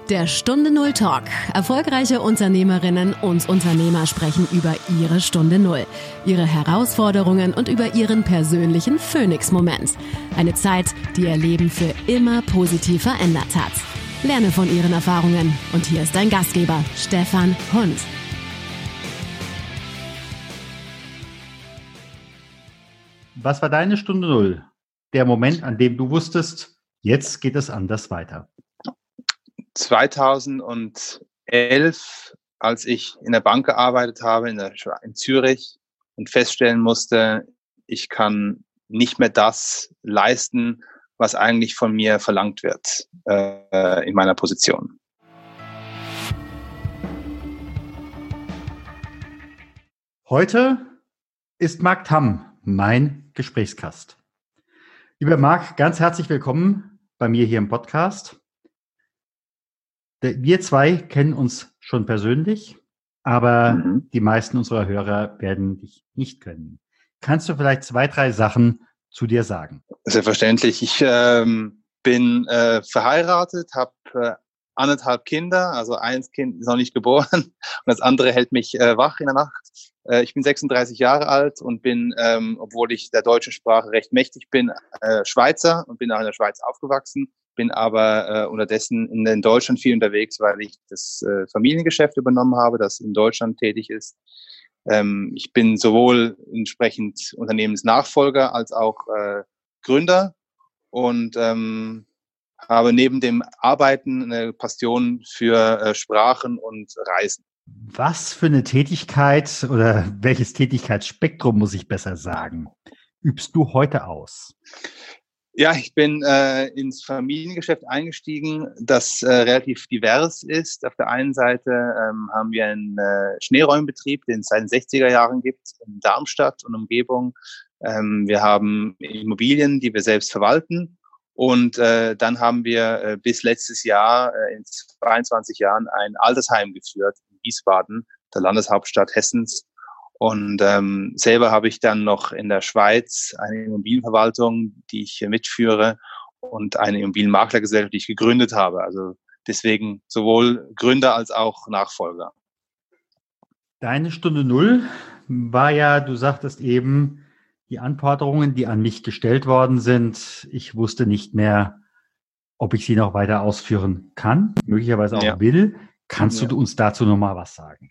Der Stunde Null Talk. Erfolgreiche Unternehmerinnen und Unternehmer sprechen über ihre Stunde Null, ihre Herausforderungen und über ihren persönlichen Phoenix-Moment. Eine Zeit, die ihr Leben für immer positiv verändert hat. Lerne von ihren Erfahrungen. Und hier ist dein Gastgeber, Stefan Hund. Was war deine Stunde Null? Der Moment, an dem du wusstest, jetzt geht es anders weiter. 2011, als ich in der Bank gearbeitet habe, in Zürich und feststellen musste, ich kann nicht mehr das leisten, was eigentlich von mir verlangt wird in meiner Position. Heute ist Marc Tamm mein Gesprächsgast. Lieber Marc, ganz herzlich willkommen bei mir hier im Podcast. Wir zwei kennen uns schon persönlich, aber die meisten unserer Hörer werden dich nicht kennen. Kannst du vielleicht 2, 3 Sachen zu dir sagen? Selbstverständlich. Ich bin verheiratet, habe 1,5 Kinder, also eins Kind ist noch nicht geboren und das andere hält mich wach in der Nacht. Ich bin 36 Jahre alt und bin, obwohl ich der deutschen Sprache recht mächtig bin, Schweizer und bin auch in der Schweiz aufgewachsen, bin aber unterdessen in Deutschland viel unterwegs, weil ich das Familiengeschäft übernommen habe, das in Deutschland tätig ist. Ich bin sowohl entsprechend Unternehmensnachfolger als auch Gründer und habe neben dem Arbeiten eine Passion für Sprachen und Reisen. Was für eine Tätigkeit oder welches Tätigkeitsspektrum, muss ich besser sagen, übst du heute aus? Ja, ich bin ins Familiengeschäft eingestiegen, das relativ divers ist. Auf der einen Seite haben wir einen Schneeräumbetrieb, den es seit den 60er Jahren gibt, in Darmstadt und Umgebung. Wir haben Immobilien, die wir selbst verwalten. Und dann haben wir bis letztes Jahr, in 22 Jahren, ein Altersheim geführt in Wiesbaden, der Landeshauptstadt Hessens. Und selber habe ich dann noch in der Schweiz eine Immobilienverwaltung, die ich mitführe, und eine Immobilienmaklergesellschaft, die ich gegründet habe. Also deswegen sowohl Gründer als auch Nachfolger. Deine Stunde Null war ja, du sagtest eben, die Anforderungen, die an mich gestellt worden sind. Ich wusste nicht mehr, ob ich sie noch weiter ausführen kann, möglicherweise auch will. Kannst du uns dazu noch mal was sagen?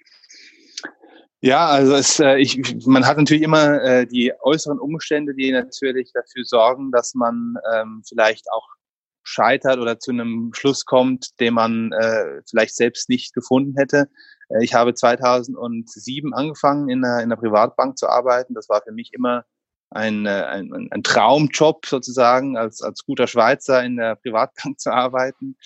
Ja, also man hat natürlich immer die äußeren Umstände, die natürlich dafür sorgen, dass man vielleicht auch scheitert oder zu einem Schluss kommt, den man vielleicht selbst nicht gefunden hätte. Ich habe 2007 angefangen, in einer Privatbank zu arbeiten. Das war für mich immer ein Traumjob sozusagen, als guter Schweizer in der Privatbank zu arbeiten.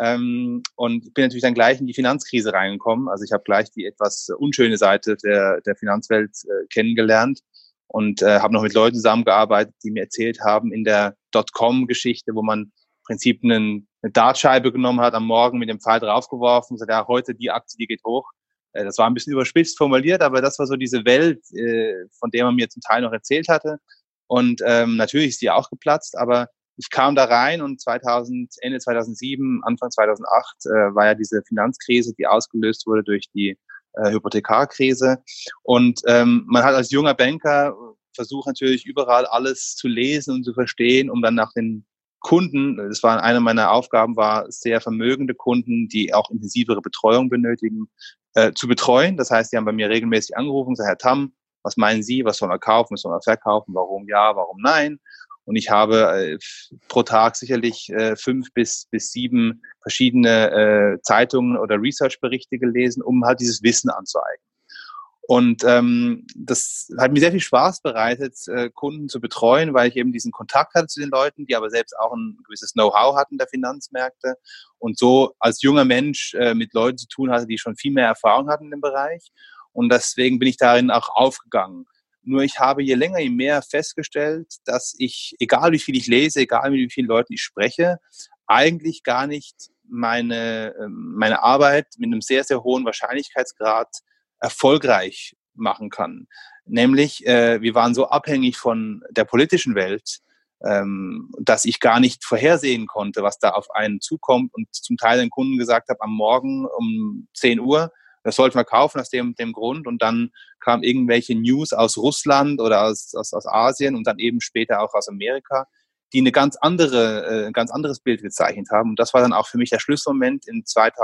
Und bin natürlich dann gleich in die Finanzkrise reingekommen. Also ich habe gleich die etwas unschöne Seite der Finanzwelt kennengelernt und habe noch mit Leuten zusammengearbeitet, die mir erzählt haben in der Dotcom-Geschichte, wo man im Prinzip eine Dartscheibe genommen hat, am Morgen mit dem Pfeil draufgeworfen und gesagt, ja, heute die Aktie, die geht hoch. Das war ein bisschen überspitzt formuliert, aber das war so diese Welt, von der man mir zum Teil noch erzählt hatte. Und natürlich ist die auch geplatzt, aber ich kam da rein und Ende 2007, Anfang 2008 war ja diese Finanzkrise, die ausgelöst wurde durch die Hypothekarkrise. Und man hat als junger Banker versucht natürlich überall alles zu lesen und zu verstehen, um dann nach den Kunden, das war eine meiner Aufgaben, war sehr vermögende Kunden, die auch intensivere Betreuung benötigen, zu betreuen. Das heißt, die haben bei mir regelmäßig angerufen und gesagt, Herr Tamm, was meinen Sie, was soll man kaufen, was soll man verkaufen, warum ja, warum nein? Und ich habe pro Tag sicherlich 5 bis 7 verschiedene Zeitungen oder Research-Berichte gelesen, um halt dieses Wissen anzueignen. Und das hat mir sehr viel Spaß bereitet, Kunden zu betreuen, weil ich eben diesen Kontakt hatte zu den Leuten, die aber selbst auch ein gewisses Know-how hatten der Finanzmärkte und so als junger Mensch mit Leuten zu tun hatte, die schon viel mehr Erfahrung hatten in dem Bereich. Und deswegen bin ich darin auch aufgegangen. Nur ich habe je länger, je mehr festgestellt, dass ich, egal wie viel ich lese, egal mit wie vielen Leuten ich spreche, eigentlich gar nicht meine Arbeit mit einem sehr, sehr hohen Wahrscheinlichkeitsgrad erfolgreich machen kann. Nämlich, wir waren so abhängig von der politischen Welt, dass ich gar nicht vorhersehen konnte, was da auf einen zukommt und zum Teil den Kunden gesagt habe, am Morgen um 10 Uhr, das sollten wir kaufen aus dem Grund, und dann kamen irgendwelche News aus Russland oder aus Asien und dann eben später auch aus Amerika, die ein ganz anderes Bild gezeichnet haben. Und das war dann auch für mich der Schlüsselmoment in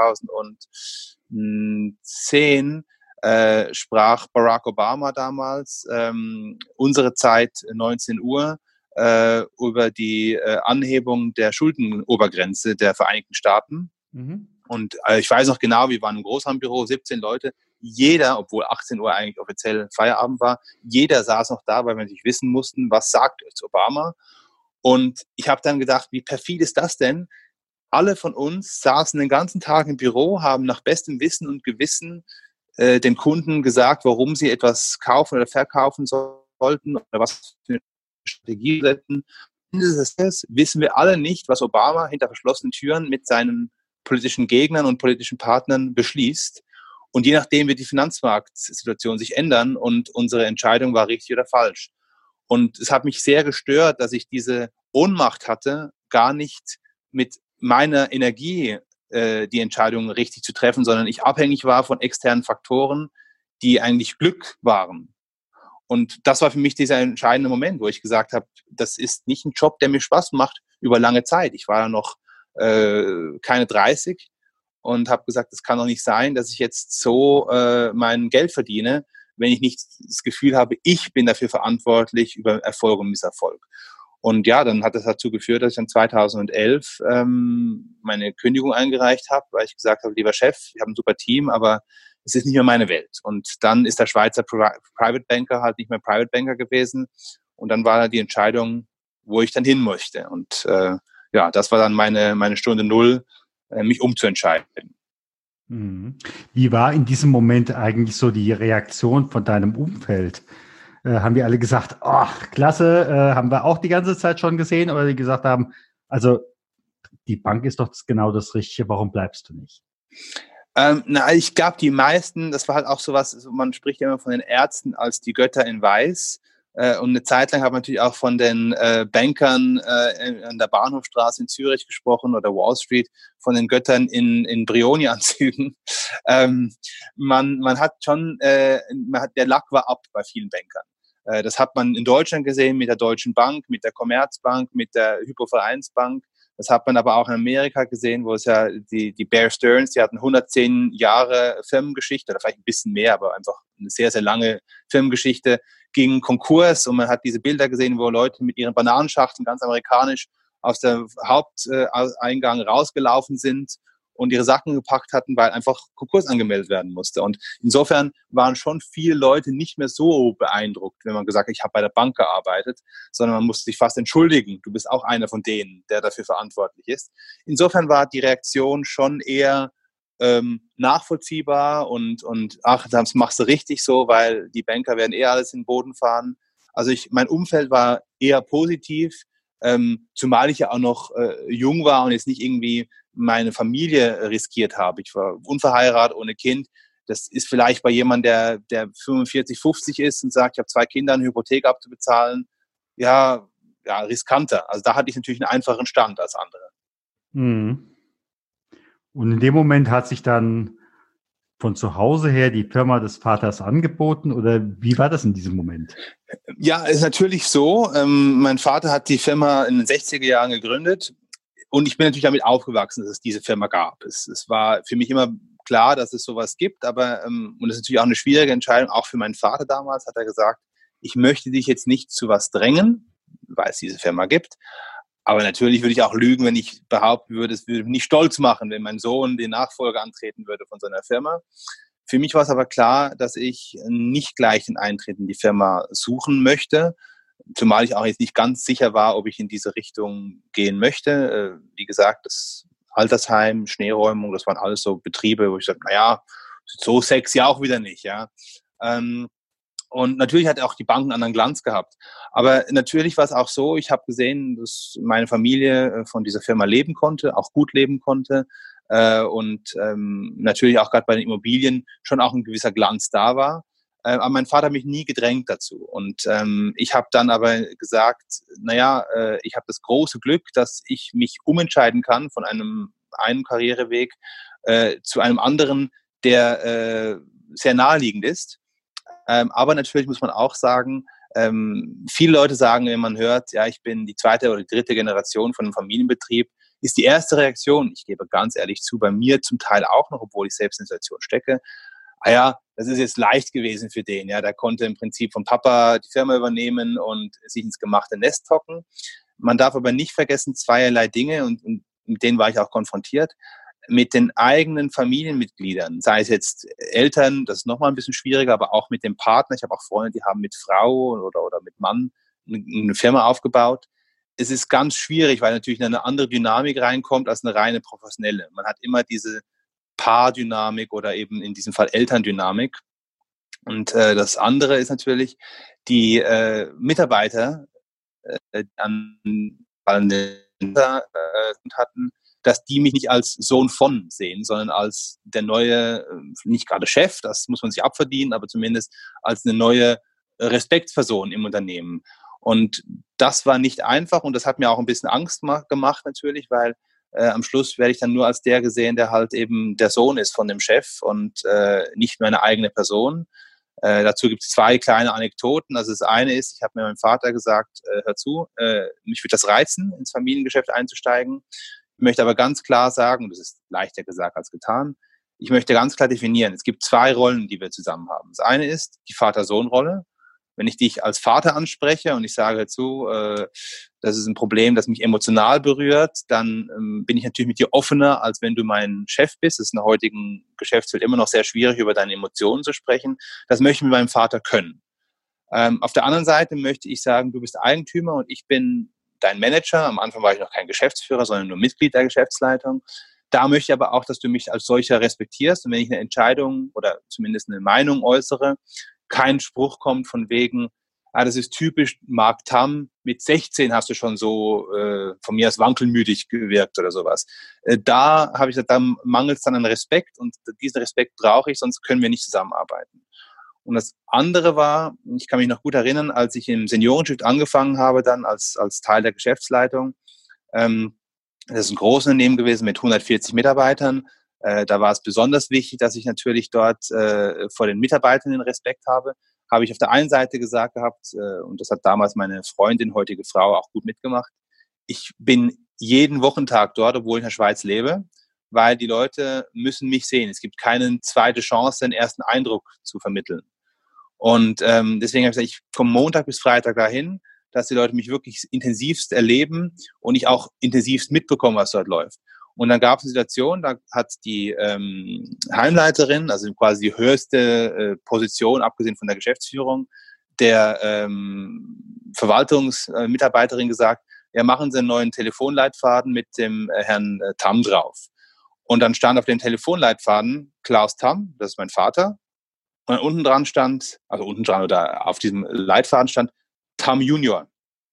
2010, sprach Barack Obama damals, unsere Zeit 19 Uhr, über die Anhebung der Schuldenobergrenze der Vereinigten Staaten. Mhm. Und ich weiß noch genau, wir waren im Großraumbüro, 17 Leute. Jeder, obwohl 18 Uhr eigentlich offiziell Feierabend war, jeder saß noch da, weil wir natürlich wissen mussten, was sagt jetzt Obama. Und ich habe dann gedacht, wie perfid ist das denn? Alle von uns saßen den ganzen Tag im Büro, haben nach bestem Wissen und Gewissen den Kunden gesagt, warum sie etwas kaufen oder verkaufen sollten oder was für eine Strategie setzen. Wissen wir alle nicht, was Obama hinter verschlossenen Türen mit seinen politischen Gegnern und politischen Partnern beschließt. Und je nachdem wird die Finanzmarktsituation sich ändern und unsere Entscheidung war richtig oder falsch. Und es hat mich sehr gestört, dass ich diese Ohnmacht hatte, gar nicht mit meiner Energie die Entscheidung richtig zu treffen, sondern ich abhängig war von externen Faktoren, die eigentlich Glück waren. Und das war für mich dieser entscheidende Moment, wo ich gesagt habe, das ist nicht ein Job, der mir Spaß macht über lange Zeit. Ich war ja noch keine 30 und habe gesagt, es kann doch nicht sein, dass ich jetzt so mein Geld verdiene, wenn ich nicht das Gefühl habe, ich bin dafür verantwortlich über Erfolg und Misserfolg. Und ja, dann hat das dazu geführt, dass ich dann 2011 meine Kündigung eingereicht habe, weil ich gesagt habe, lieber Chef, ich habe ein super Team, aber es ist nicht mehr meine Welt. Und dann ist der Schweizer Private Banker halt nicht mehr Private Banker gewesen. Und dann war die Entscheidung, wo ich dann hin möchte. Und ja, das war dann meine Stunde Null, mich umzuentscheiden. Wie war in diesem Moment eigentlich so die Reaktion von deinem Umfeld? Haben die alle gesagt, oh, klasse, haben wir auch die ganze Zeit schon gesehen, oder die gesagt haben, also die Bank ist doch genau das Richtige, warum bleibst du nicht? Ich glaube, die meisten, das war halt auch sowas, man spricht ja immer von den Ärzten als die Götter in Weiß. Und eine Zeit lang hat man natürlich auch von den Bankern an der Bahnhofstraße in Zürich gesprochen oder Wall Street, von den Göttern in Brioni-Anzügen. Man hat schon, der Lack war ab bei vielen Bankern. Das hat man in Deutschland gesehen mit der Deutschen Bank, mit der Commerzbank, mit der Hypovereinsbank. Das hat man aber auch in Amerika gesehen, wo es ja die Bear Stearns, die hatten 110 Jahre Firmengeschichte, oder vielleicht ein bisschen mehr, aber einfach eine sehr, sehr lange Firmengeschichte, gingen Konkurs, und man hat diese Bilder gesehen, wo Leute mit ihren Bananenschachteln ganz amerikanisch aus der Haupteingang rausgelaufen sind und ihre Sachen gepackt hatten, weil einfach Konkurs angemeldet werden musste. Und insofern waren schon viele Leute nicht mehr so beeindruckt, wenn man gesagt hat, ich habe bei der Bank gearbeitet, sondern man musste sich fast entschuldigen. Du bist auch einer von denen, der dafür verantwortlich ist. Insofern war die Reaktion schon eher nachvollziehbar und ach, das machst du richtig so, weil die Banker werden alles in den Boden fahren. Also mein Umfeld war eher positiv, zumal ich ja auch noch jung war und jetzt nicht irgendwie meine Familie riskiert habe. Ich war unverheiratet, ohne Kind. Das ist vielleicht bei jemandem, der 45, 50 ist und sagt, ich habe 2 Kinder, eine Hypothek abzubezahlen, ja, riskanter. Also da hatte ich natürlich einen einfachen Stand als andere. Mhm. Und in dem Moment hat sich dann von zu Hause her die Firma des Vaters angeboten, oder wie war das in diesem Moment? Ja, ist natürlich so. Mein Vater hat die Firma in den 60er Jahren gegründet und ich bin natürlich damit aufgewachsen, dass es diese Firma gab. Es war für mich immer klar, dass es sowas gibt, aber und das ist natürlich auch eine schwierige Entscheidung, auch für meinen Vater damals, hat er gesagt, ich möchte dich jetzt nicht zu was drängen, weil es diese Firma gibt. Aber natürlich würde ich auch lügen, wenn ich behaupten würde, es würde mich nicht stolz machen, wenn mein Sohn den Nachfolger antreten würde von so einer Firma. Für mich war es aber klar, dass ich nicht gleich den Eintritt in die Firma suchen möchte, zumal ich auch jetzt nicht ganz sicher war, ob ich in diese Richtung gehen möchte. Wie gesagt, das Altersheim, Schneeräumung, das waren alles so Betriebe, wo ich sagte, naja, so sexy auch wieder nicht, ja. Und natürlich hat auch die Bank einen anderen Glanz gehabt. Aber natürlich war es auch so, ich habe gesehen, dass meine Familie von dieser Firma leben konnte, auch gut leben konnte. Und natürlich auch gerade bei den Immobilien schon auch ein gewisser Glanz da war. Aber mein Vater hat mich nie gedrängt dazu. Und ich habe dann aber gesagt, ich habe das große Glück, dass ich mich umentscheiden kann von einem Karriereweg zu einem anderen, der sehr naheliegend ist. Aber natürlich muss man auch sagen, viele Leute sagen, wenn man hört, ja, ich bin die zweite oder die dritte Generation von einem Familienbetrieb, ist die erste Reaktion, ich gebe ganz ehrlich zu, bei mir zum Teil auch noch, obwohl ich selbst in der Situation stecke, das ist jetzt leicht gewesen für den. Ja, der konnte im Prinzip vom Papa die Firma übernehmen und sich ins gemachte Nest hocken. Man darf aber nicht vergessen, zweierlei Dinge, und mit denen war ich auch konfrontiert, mit den eigenen Familienmitgliedern, sei es jetzt Eltern, das ist nochmal ein bisschen schwieriger, aber auch mit dem Partner. Ich habe auch Freunde, die haben mit Frau oder mit Mann eine Firma aufgebaut. Es ist ganz schwierig, weil natürlich eine andere Dynamik reinkommt als eine reine professionelle. Man hat immer diese Paardynamik oder eben in diesem Fall Elterndynamik. Und das andere ist natürlich, die Mitarbeiter an hatten, dass die mich nicht als Sohn von sehen, sondern als der neue, nicht gerade Chef, das muss man sich abverdienen, aber zumindest als eine neue Respektsperson im Unternehmen. Und das war nicht einfach und das hat mir auch ein bisschen Angst gemacht natürlich, weil am Schluss werde ich dann nur als der gesehen, der halt eben der Sohn ist von dem Chef und nicht meine eigene Person. Dazu gibt es 2 kleine Anekdoten. Also das eine ist, ich habe mir meinem Vater gesagt, hör zu, mich würde das reizen, ins Familiengeschäft einzusteigen. Ich möchte aber ganz klar sagen, und das ist leichter gesagt als getan, ich möchte ganz klar definieren, es gibt 2 Rollen, die wir zusammen haben. Das eine ist die Vater-Sohn-Rolle. Wenn ich dich als Vater anspreche und ich sage dazu, das ist ein Problem, das mich emotional berührt, dann bin ich natürlich mit dir offener, als wenn du mein Chef bist. Es ist in der heutigen Geschäftswelt immer noch sehr schwierig, über deine Emotionen zu sprechen. Das möchte ich mit meinem Vater können. Auf der anderen Seite möchte ich sagen, du bist Eigentümer und ich bin dein Manager. Am Anfang war ich noch kein Geschäftsführer, sondern nur Mitglied der Geschäftsleitung. Da möchte ich aber auch, dass du mich als solcher respektierst und wenn ich eine Entscheidung oder zumindest eine Meinung äußere, kein Spruch kommt von wegen, das ist typisch Mark Tamm, mit 16 hast du schon so von mir aus wankelmütig gewirkt oder sowas. Da habe ich gesagt, da mangelt es dann an Respekt und diesen Respekt brauche ich, sonst können wir nicht zusammenarbeiten. Und das andere war, ich kann mich noch gut erinnern, als ich im Seniorenstift angefangen habe, dann als Teil der Geschäftsleitung, das ist ein großes Unternehmen gewesen mit 140 Mitarbeitern. Da war es besonders wichtig, dass ich natürlich dort vor den Mitarbeitern den Respekt habe. Habe ich auf der einen Seite gesagt gehabt, und das hat damals meine Freundin, heutige Frau, auch gut mitgemacht, ich bin jeden Wochentag dort, obwohl ich in der Schweiz lebe, weil die Leute müssen mich sehen. Es gibt keine zweite Chance, den ersten Eindruck zu vermitteln. Und deswegen habe ich gesagt, ich komme Montag bis Freitag dahin, dass die Leute mich wirklich intensivst erleben und ich auch intensivst mitbekomme, was dort läuft. Und dann gab es eine Situation, da hat die Heimleiterin, also quasi die höchste Position, abgesehen von der Geschäftsführung, der Verwaltungsmitarbeiterin gesagt, ja, machen Sie einen neuen Telefonleitfaden mit dem Herrn Tamm drauf. Und dann stand auf dem Telefonleitfaden Klaus Tamm, das ist mein Vater, und unten dran stand, also unten dran oder auf diesem Leitfaden stand Tamm Junior.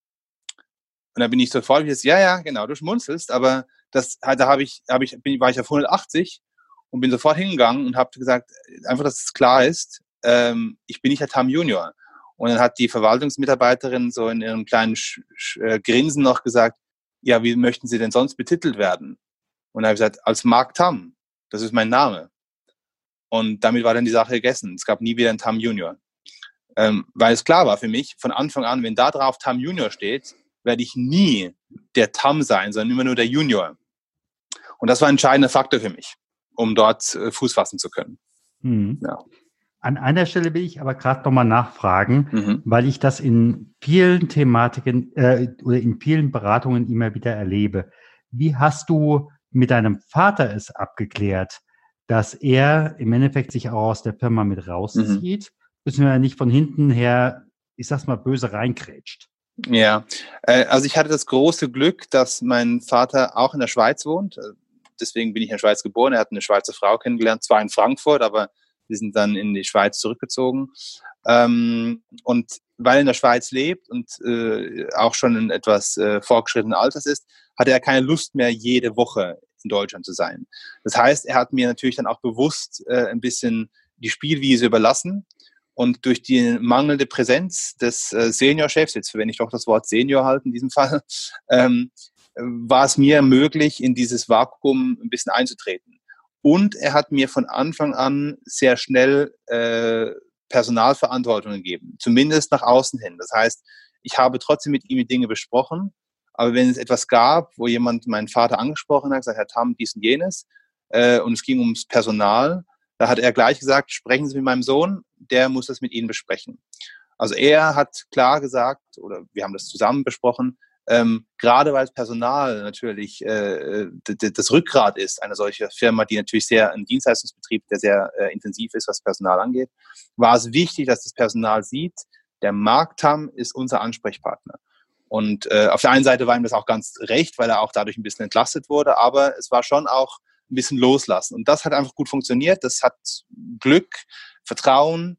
Und dann bin ich sofort, ja, genau, du schmunzelst, aber war ich auf 180 und bin sofort hingegangen und habe gesagt, einfach, dass es klar ist, ich bin nicht der Tamm Junior. Und dann hat die Verwaltungsmitarbeiterin so in ihrem kleinen Grinsen noch gesagt, ja, wie möchten Sie denn sonst betitelt werden? Und dann habe ich gesagt, als Mark Tamm, das ist mein Name. Und damit war dann die Sache gegessen. Es gab nie wieder einen Tamm Junior. Weil es klar war für mich, von Anfang an, wenn da drauf Tamm Junior steht, werde ich nie der Tamm sein, sondern immer nur der Junior. Und das war ein entscheidender Faktor für mich, um dort Fuß fassen zu können. Ja. An einer Stelle will ich aber gerade nochmal nachfragen, weil ich das in vielen Thematiken oder in vielen Beratungen immer wieder erlebe. Wie hast du mit deinem Vater es abgeklärt, dass er im Endeffekt sich auch aus der Firma mit rauszieht, müssen wir nicht von hinten her, ich sag's mal, böse reinkrätscht? Ja, also ich hatte das große Glück, dass mein Vater auch in der Schweiz wohnt. Deswegen bin ich in der Schweiz geboren. Er hat eine Schweizer Frau kennengelernt, zwar in Frankfurt, aber wir sind dann in die Schweiz zurückgezogen. Und weil er in der Schweiz lebt und auch schon in etwas fortgeschrittenen Alters ist, hatte er keine Lust mehr, jede Woche in Deutschland zu sein. Das heißt, er hat mir natürlich dann auch bewusst ein bisschen die Spielwiese überlassen. Und durch die mangelnde Präsenz des Seniorchefs, jetzt verwende ich doch das Wort Senior halt in diesem Fall, war es mir möglich, in dieses Vakuum ein bisschen einzutreten. Und er hat mir von Anfang an sehr schnell Personalverantwortung gegeben, zumindest nach außen hin. Das heißt, ich habe trotzdem mit ihm die Dinge besprochen, aber wenn es etwas gab, wo jemand meinen Vater angesprochen hat, gesagt, Herr Tamm, dies und jenes, und es ging ums Personal, da hat er gleich gesagt, sprechen Sie mit meinem Sohn, der muss das mit Ihnen besprechen. Also er hat klar gesagt, oder wir haben das zusammen besprochen, gerade weil das Personal natürlich das Rückgrat ist, eine solche Firma, die natürlich sehr ein Dienstleistungsbetrieb, der sehr intensiv ist, was Personal angeht, war es wichtig, dass das Personal sieht, der Marc Tamm ist unser Ansprechpartner. Und auf der einen Seite war ihm das auch ganz recht, weil er auch dadurch ein bisschen entlastet wurde, aber es war schon auch ein bisschen loslassen. Und das hat einfach gut funktioniert. Das hat Glück, Vertrauen,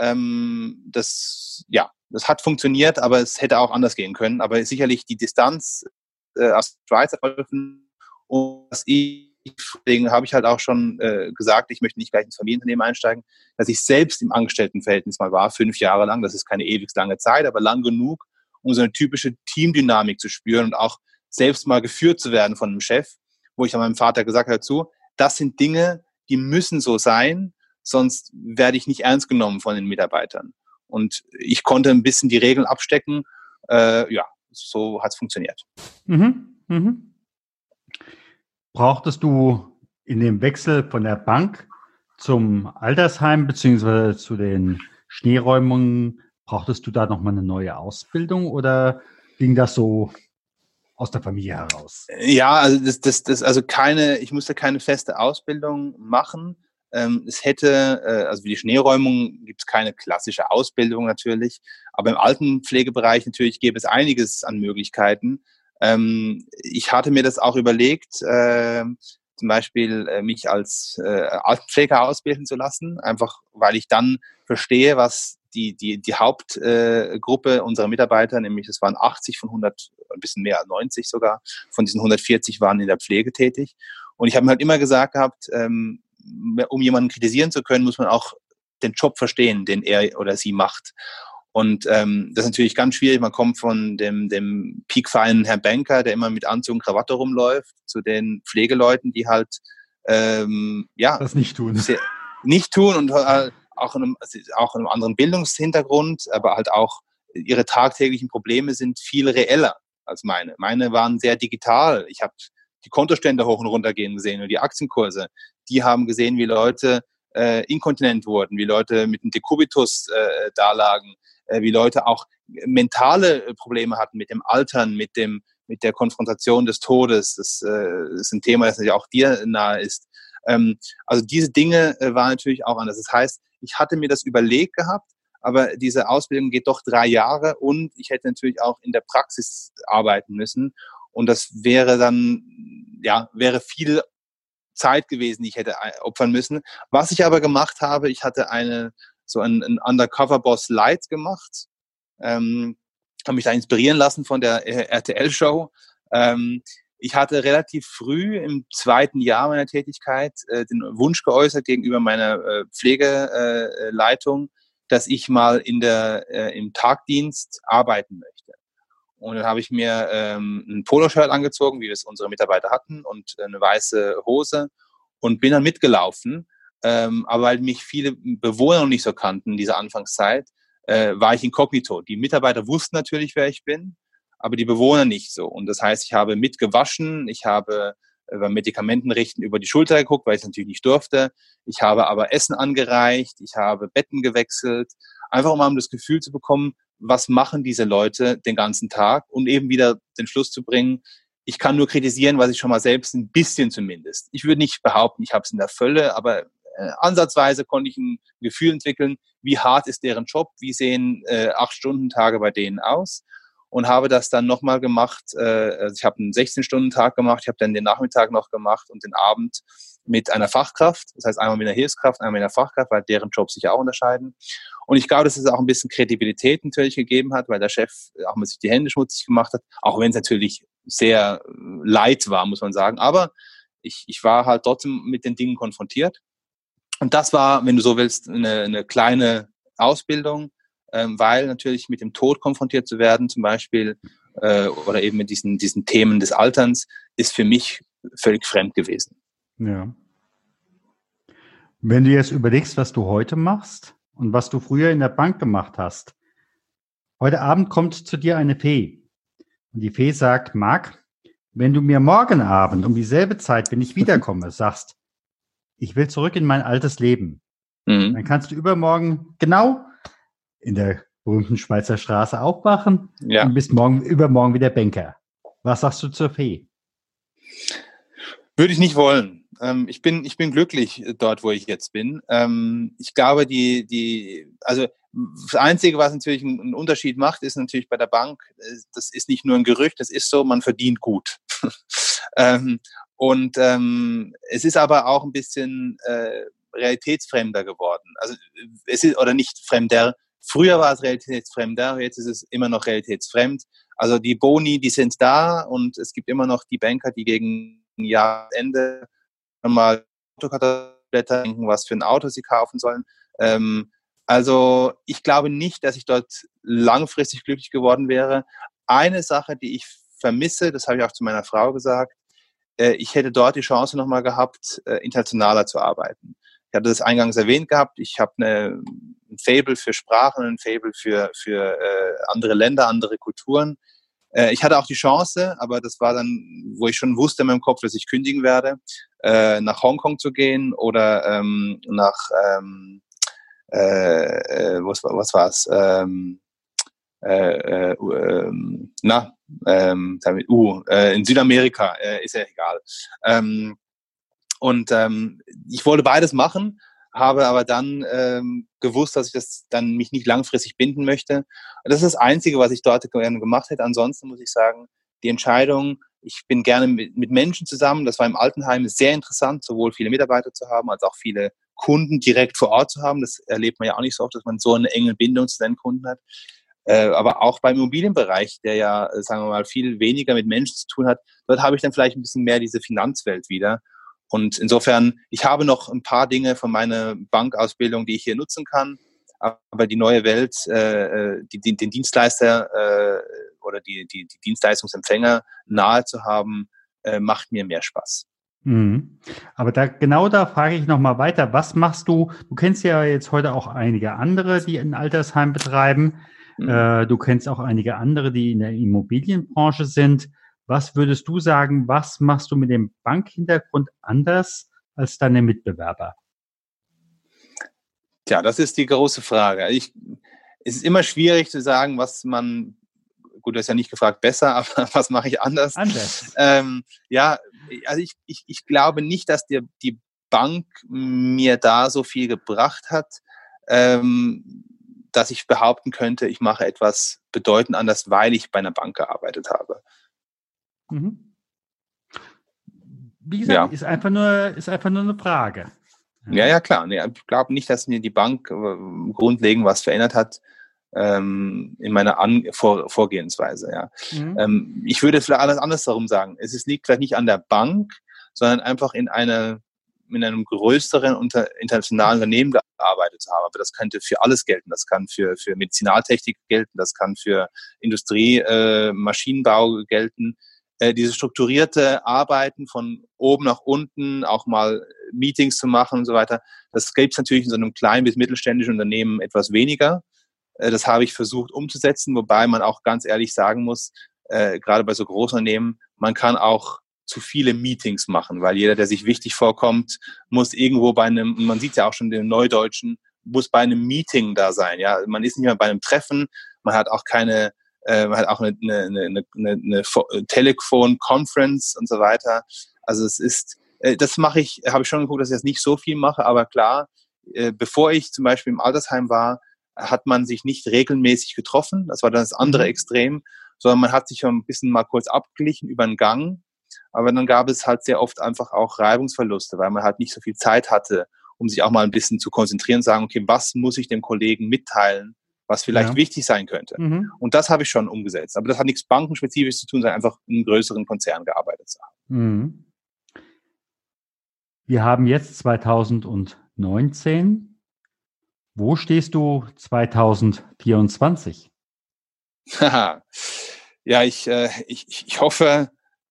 das hat funktioniert, aber es hätte auch anders gehen können. Aber sicherlich die Distanz aus der Schweiz hat geholfen. Und deswegen habe ich halt auch schon gesagt, ich möchte nicht gleich ins Familienunternehmen einsteigen, dass ich selbst im Angestelltenverhältnis mal war, 5 Jahre lang. Das ist keine ewig lange Zeit, aber lang genug, um so eine typische Teamdynamik zu spüren und auch selbst mal geführt zu werden von einem Chef, wo ich an meinem Vater gesagt habe, das sind Dinge, die müssen so sein, sonst werde ich nicht ernst genommen von den Mitarbeitern. Und ich konnte ein bisschen die Regeln abstecken. So hat es funktioniert. Brauchtest du in dem Wechsel von der Bank zum Altersheim beziehungsweise zu den Schneeräumungen, brauchtest du da nochmal eine neue Ausbildung oder ging das so aus der Familie heraus? Ja, also ich musste keine feste Ausbildung machen. Es hätte, also für die Schneeräumung gibt es keine klassische Ausbildung natürlich, aber im Altenpflegebereich natürlich gäbe es einiges an Möglichkeiten. Ich hatte mir das auch überlegt, zum Beispiel mich als Altenpfleger ausbilden zu lassen, einfach weil ich dann verstehe, was die Hauptgruppe unserer Mitarbeiter, nämlich es waren 80 von 100, ein bisschen mehr als 90 sogar, von diesen 140 waren in der Pflege tätig. Und ich habe mir halt immer gesagt gehabt, um jemanden kritisieren zu können, muss man auch den Job verstehen, den er oder sie macht. Und das ist natürlich ganz schwierig. Man kommt von dem piekfeinen Herrn Banker, der immer mit Anzug und Krawatte rumläuft, zu den Pflegeleuten, die halt das nicht tun. Nicht tun und auch in einem anderen Bildungshintergrund, aber halt auch ihre tagtäglichen Probleme sind viel reeller als meine. Meine waren sehr digital. Ich habe die Kontostände hoch und runter gehen gesehen und die Aktienkurse. Die haben gesehen, wie Leute inkontinent wurden, wie Leute mit dem Dekubitus dalagen, wie Leute auch mentale Probleme hatten mit dem Altern, mit der Konfrontation des Todes. Das ist ein Thema, das natürlich auch dir nahe ist. Also diese Dinge waren natürlich auch anders. Das heißt, ich hatte mir das überlegt gehabt, aber diese Ausbildung geht doch 3 Jahre und ich hätte natürlich auch in der Praxis arbeiten müssen. Und das wäre dann, wäre viel Zeit gewesen, die ich hätte opfern müssen. Was ich aber gemacht habe, ich hatte einen Undercover-Boss Light gemacht, habe mich da inspirieren lassen von der RTL-Show. Ich hatte relativ früh im 2. Jahr meiner Tätigkeit den Wunsch geäußert gegenüber meiner Pflegeleitung, dass ich mal im Tagdienst arbeiten möchte. Und dann habe ich mir ein Poloshirt angezogen, wie es unsere Mitarbeiter hatten, und eine weiße Hose und bin dann mitgelaufen. Aber weil mich viele Bewohner noch nicht so kannten in dieser Anfangszeit, war ich inkognito. Die Mitarbeiter wussten natürlich, wer ich bin, aber die Bewohner nicht so. Und das heißt, ich habe mitgewaschen, ich habe beim Medikamentenrichten über die Schulter geguckt, weil ich es natürlich nicht durfte. Ich habe aber Essen angereicht, ich habe Betten gewechselt, einfach um das Gefühl zu bekommen, was machen diese Leute den ganzen Tag und eben wieder den Schluss zu bringen, ich kann nur kritisieren, was ich schon mal selbst ein bisschen zumindest. Ich würde nicht behaupten, ich habe es in der Fülle, aber ansatzweise konnte ich ein Gefühl entwickeln, wie hart ist deren Job, wie sehen 8-Stunden-Tage bei denen aus. Und habe das dann nochmal gemacht. Also ich habe einen 16-Stunden-Tag gemacht, ich habe dann den Nachmittag noch gemacht und den Abend mit einer Fachkraft. Das heißt einmal mit einer Hilfskraft, einmal mit einer Fachkraft, weil deren Jobs sich auch unterscheiden. Und ich glaube, dass es auch ein bisschen Kredibilität natürlich gegeben hat, weil der Chef auch mal sich die Hände schmutzig gemacht hat, auch wenn es natürlich sehr leid war, muss man sagen. Aber ich war halt trotzdem mit den Dingen konfrontiert. Und das war, wenn du so willst, eine kleine Ausbildung, weil natürlich mit dem Tod konfrontiert zu werden, zum Beispiel, oder eben mit diesen Themen des Alterns, ist für mich völlig fremd gewesen. Ja. Wenn du jetzt überlegst, was du heute machst und was du früher in der Bank gemacht hast, heute Abend kommt zu dir eine Fee. Und die Fee sagt, Marc, wenn du mir morgen Abend um dieselbe Zeit, wenn ich wiederkomme, sagst, ich will zurück in mein altes Leben, dann kannst du übermorgen genau in der berühmten Schweizer Straße aufwachen und bist übermorgen wieder Banker. Was sagst du zur Fee? Würde ich nicht wollen. Ich bin glücklich dort, wo ich jetzt bin. Ich glaube, also das Einzige, was natürlich einen Unterschied macht, ist natürlich bei der Bank, das ist nicht nur ein Gerücht, das ist so, man verdient gut. Es ist aber auch ein bisschen realitätsfremder geworden. Also es ist, oder nicht fremder. Früher war es realitätsfremder, jetzt ist es immer noch realitätsfremd. Also die Boni, die sind da und es gibt immer noch die Banker, die gegen Jahresende mal Autokatalogblätter denken, was für ein Auto sie kaufen sollen. Also ich glaube nicht, dass ich dort langfristig glücklich geworden wäre. Eine Sache, die ich vermisse, das habe ich auch zu meiner Frau gesagt, ich hätte dort die Chance nochmal gehabt, internationaler zu arbeiten. Ich hatte das eingangs erwähnt gehabt, ich habe ein Faible für Sprachen, ein Faible für andere Länder, andere Kulturen. Ich hatte auch die Chance, aber das war dann, wo ich schon wusste in meinem Kopf, dass ich kündigen werde, nach Hongkong zu gehen oder nach, was war's? In Südamerika, ist ja egal. Ich wollte beides machen, habe aber dann gewusst, dass ich das dann mich nicht langfristig binden möchte. Und das ist das Einzige, was ich dort gerne gemacht hätte. Ansonsten muss ich sagen, die Entscheidung, ich bin gerne mit Menschen zusammen. Das war im Altenheim sehr interessant, sowohl viele Mitarbeiter zu haben, als auch viele Kunden direkt vor Ort zu haben. Das erlebt man ja auch nicht so oft, dass man so eine enge Bindung zu seinen Kunden hat. Aber auch beim Immobilienbereich, der ja, sagen wir mal, viel weniger mit Menschen zu tun hat, dort habe ich dann vielleicht ein bisschen mehr diese Finanzwelt wieder. Und insofern, ich habe noch ein paar Dinge von meiner Bankausbildung, die ich hier nutzen kann, aber die neue Welt, den Dienstleister oder die Dienstleistungsempfänger nahe zu haben, macht mir mehr Spaß. Mhm. Aber genau da frage ich nochmal weiter. Was machst du? Du kennst ja jetzt heute auch einige andere, die ein Altersheim betreiben. Du kennst auch einige andere, die in der Immobilienbranche sind. Was würdest du sagen, was machst du mit dem Bankhintergrund anders als deine Mitbewerber? Tja, das ist die große Frage. Es ist immer schwierig zu sagen, was man, gut, das ist ja nicht gefragt besser, aber was mache ich anders? Ja, also ich glaube nicht, dass die Bank mir da so viel gebracht hat, dass ich behaupten könnte, ich mache etwas bedeutend anders, weil ich bei einer Bank gearbeitet habe. Mhm. Wie gesagt, ist einfach nur eine Frage. Ja, klar. Nee, ich glaube nicht, dass mir die Bank grundlegend was verändert hat in meiner Vorgehensweise. Ja. Mhm. Ich würde vielleicht alles andersherum sagen. Es liegt vielleicht nicht an der Bank, sondern einfach in einem größeren internationalen Unternehmen gearbeitet zu haben. Aber das könnte für alles gelten. Das kann für Medizinaltechnik gelten, das kann für Industrie, Maschinenbau gelten. Dieses strukturierte Arbeiten von oben nach unten, auch mal Meetings zu machen und so weiter, das gibt es natürlich in so einem kleinen bis mittelständischen Unternehmen etwas weniger. Das habe ich versucht umzusetzen, wobei man auch ganz ehrlich sagen muss, gerade bei so großen Unternehmen, man kann auch zu viele Meetings machen, weil jeder, der sich wichtig vorkommt, muss irgendwo man sieht ja auch schon den Neudeutschen, muss bei einem Meeting da sein. Ja, man ist nicht mehr bei einem Treffen, man hat auch eine Telefon-Conference und so weiter. Also es ist, habe ich schon geguckt, dass ich das nicht so viel mache, aber klar, bevor ich zum Beispiel im Altersheim war, hat man sich nicht regelmäßig getroffen. Das war dann das andere Extrem, sondern man hat sich schon ein bisschen mal kurz abgeglichen über den Gang. Aber dann gab es halt sehr oft einfach auch Reibungsverluste, weil man halt nicht so viel Zeit hatte, um sich auch mal ein bisschen zu konzentrieren und sagen, okay, was muss ich dem Kollegen mitteilen, was vielleicht wichtig sein könnte. Mhm. Und das habe ich schon umgesetzt. Aber das hat nichts bankenspezifisch zu tun, sondern einfach in einem größeren Konzern gearbeitet zu haben. Mhm. Wir haben jetzt 2019 Wo stehst du 2024? Ja, ich hoffe,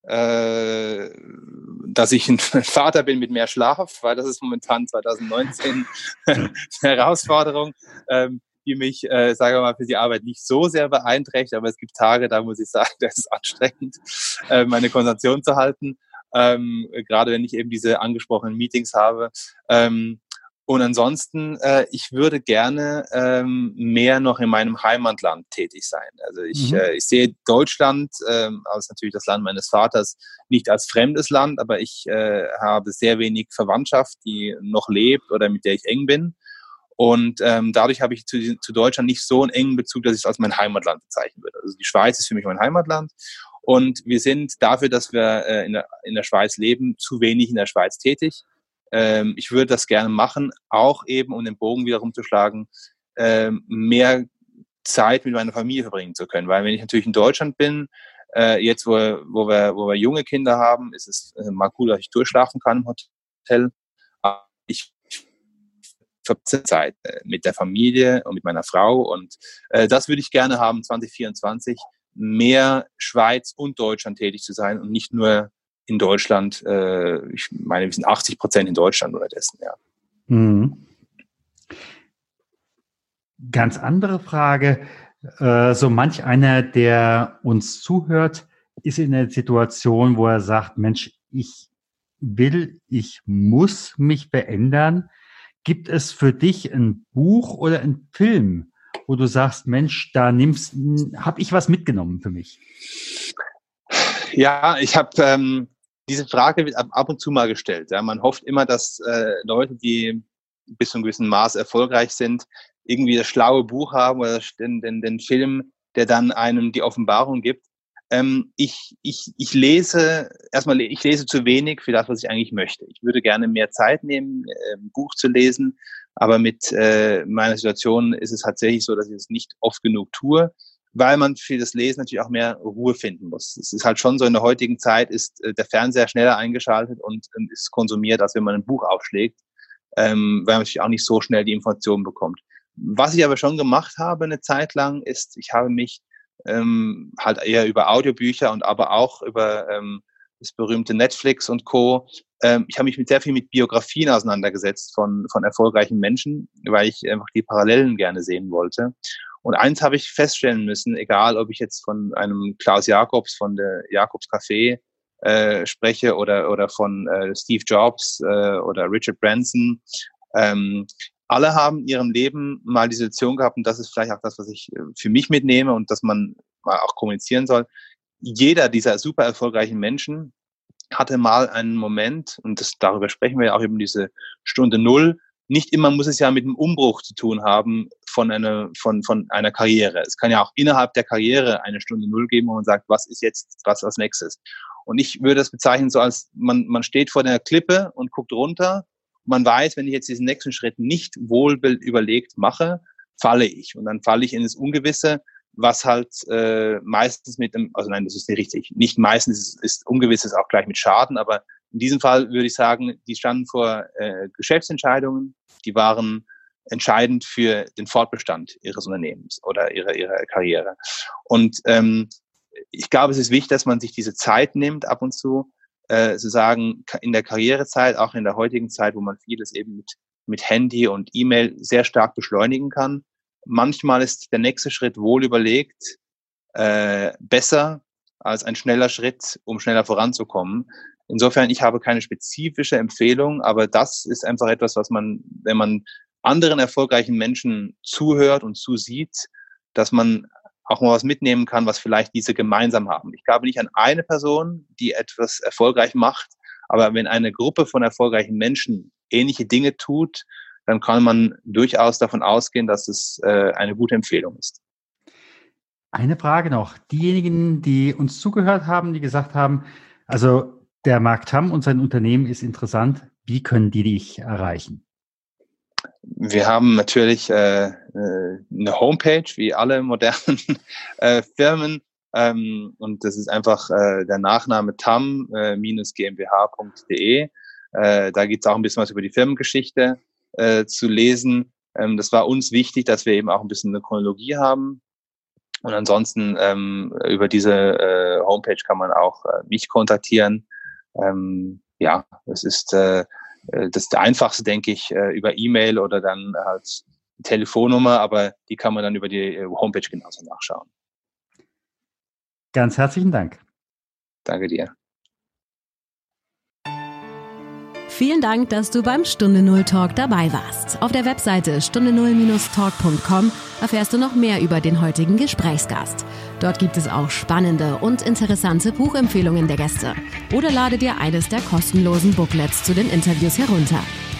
dass ich ein Vater bin mit mehr Schlaf, weil das ist momentan 2019 eine Herausforderung, die mich, sagen wir mal, für die Arbeit nicht so sehr beeinträchtigt, aber es gibt Tage, da muss ich sagen, das ist anstrengend, meine Konzentration zu halten, gerade wenn ich eben diese angesprochenen Meetings habe. Und ansonsten, ich würde gerne mehr noch in meinem Heimatland tätig sein. Also ich sehe Deutschland als natürlich das Land meines Vaters nicht als fremdes Land, aber ich habe sehr wenig Verwandtschaft, die noch lebt oder mit der ich eng bin. Und dadurch habe ich zu Deutschland nicht so einen engen Bezug, dass ich es als mein Heimatland bezeichnen würde. Also die Schweiz ist für mich mein Heimatland. Und wir sind dafür, dass wir in der Schweiz leben, zu wenig in der Schweiz tätig. Ich würde das gerne machen, auch eben, um den Bogen wieder rumzuschlagen, mehr Zeit mit meiner Familie verbringen zu können. Weil wenn ich natürlich in Deutschland bin, jetzt wo wir junge Kinder haben, ist es mal cool, dass ich durchschlafen kann im Hotel. Aber ich verbringe Zeit mit der Familie und mit meiner Frau. Und das würde ich gerne haben, 2024, mehr Schweiz und Deutschland tätig zu sein und nicht nur in Deutschland. Ich meine, wir sind 80% in Deutschland unterdessen, ja. Mhm. Ganz andere Frage. So manch einer, der uns zuhört, ist in der Situation, wo er sagt, Mensch, ich muss mich verändern. Gibt es für dich ein Buch oder ein Film, wo du sagst, Mensch, habe ich was mitgenommen für mich? Ja, ich habe diese Frage wird ab und zu mal gestellt. Ja, man hofft immer, dass Leute, die bis zu einem gewissen Maß erfolgreich sind, irgendwie das schlaue Buch haben oder den Film, der dann einem die Offenbarung gibt. Ich lese zu wenig für das, was ich eigentlich möchte. Ich würde gerne mehr Zeit nehmen, ein Buch zu lesen, aber mit meiner Situation ist es tatsächlich so, dass ich es nicht oft genug tue, weil man für das Lesen natürlich auch mehr Ruhe finden muss. Es ist halt schon so, in der heutigen Zeit ist der Fernseher schneller eingeschaltet und ist konsumiert, als wenn man ein Buch aufschlägt, weil man natürlich auch nicht so schnell die Informationen bekommt. Was ich aber schon gemacht habe eine Zeit lang, ist, ich habe mich halt eher über Audiobücher und aber auch über das berühmte Netflix und Co. Ich habe mich sehr viel mit Biografien auseinandergesetzt von erfolgreichen Menschen, weil ich einfach die Parallelen gerne sehen wollte. Und eins habe ich feststellen müssen, egal ob ich jetzt von einem Klaus Jacobs von der Jacobs Café spreche oder von Steve Jobs oder Richard Branson, alle haben in ihrem Leben mal die Situation gehabt, und das ist vielleicht auch das, was ich für mich mitnehme und dass man mal auch kommunizieren soll. Jeder dieser super erfolgreichen Menschen hatte mal einen Moment, und darüber sprechen wir ja auch über diese Stunde Null. Nicht immer muss es ja mit einem Umbruch zu tun haben von einer Karriere. Es kann ja auch innerhalb der Karriere eine Stunde Null geben, wo man sagt, was ist jetzt, was als nächstes? Und ich würde das bezeichnen so als, man steht vor der Klippe und guckt runter. Man weiß, wenn ich jetzt diesen nächsten Schritt nicht wohl überlegt mache, falle ich. Und dann falle ich in das Ungewisse, was halt meistens nein, das ist nicht richtig. Nicht meistens ist Ungewisses auch gleich mit Schaden, aber in diesem Fall würde ich sagen, die standen vor Geschäftsentscheidungen, die waren entscheidend für den Fortbestand ihres Unternehmens oder ihrer Karriere. Und ich glaube, es ist wichtig, dass man sich diese Zeit nimmt, ab und zu sagen, in der Karrierezeit, auch in der heutigen Zeit, wo man vieles eben mit Handy und E-Mail sehr stark beschleunigen kann. Manchmal ist der nächste Schritt wohl überlegt besser als ein schneller Schritt, um schneller voranzukommen. Insofern, ich habe keine spezifische Empfehlung, aber das ist einfach etwas, was man, wenn man anderen erfolgreichen Menschen zuhört und zusieht, dass man auch mal was mitnehmen kann, was vielleicht diese gemeinsam haben. Ich glaube nicht an eine Person, die etwas erfolgreich macht, aber wenn eine Gruppe von erfolgreichen Menschen ähnliche Dinge tut, dann kann man durchaus davon ausgehen, dass es eine gute Empfehlung ist. Eine Frage noch. Diejenigen, die uns zugehört haben, die gesagt haben, also der Marc Tamm und sein Unternehmen ist interessant, wie können die dich erreichen? Wir haben natürlich eine Homepage, wie alle modernen Firmen. Und das ist einfach der Nachname tam-gmbh.de. Da gibt es auch ein bisschen was über die Firmengeschichte zu lesen. Das war uns wichtig, dass wir eben auch ein bisschen eine Chronologie haben. Und ansonsten über diese Homepage kann man auch mich kontaktieren. Es ist das Einfachste, denke ich, über E-Mail oder dann halt Telefonnummer, aber die kann man dann über die Homepage genauso nachschauen. Ganz herzlichen Dank. Danke dir. Vielen Dank, dass du beim Stunde Null Talk dabei warst. Auf der Webseite stunde0-talk.com erfährst du noch mehr über den heutigen Gesprächsgast. Dort gibt es auch spannende und interessante Buchempfehlungen der Gäste. Oder lade dir eines der kostenlosen Booklets zu den Interviews herunter.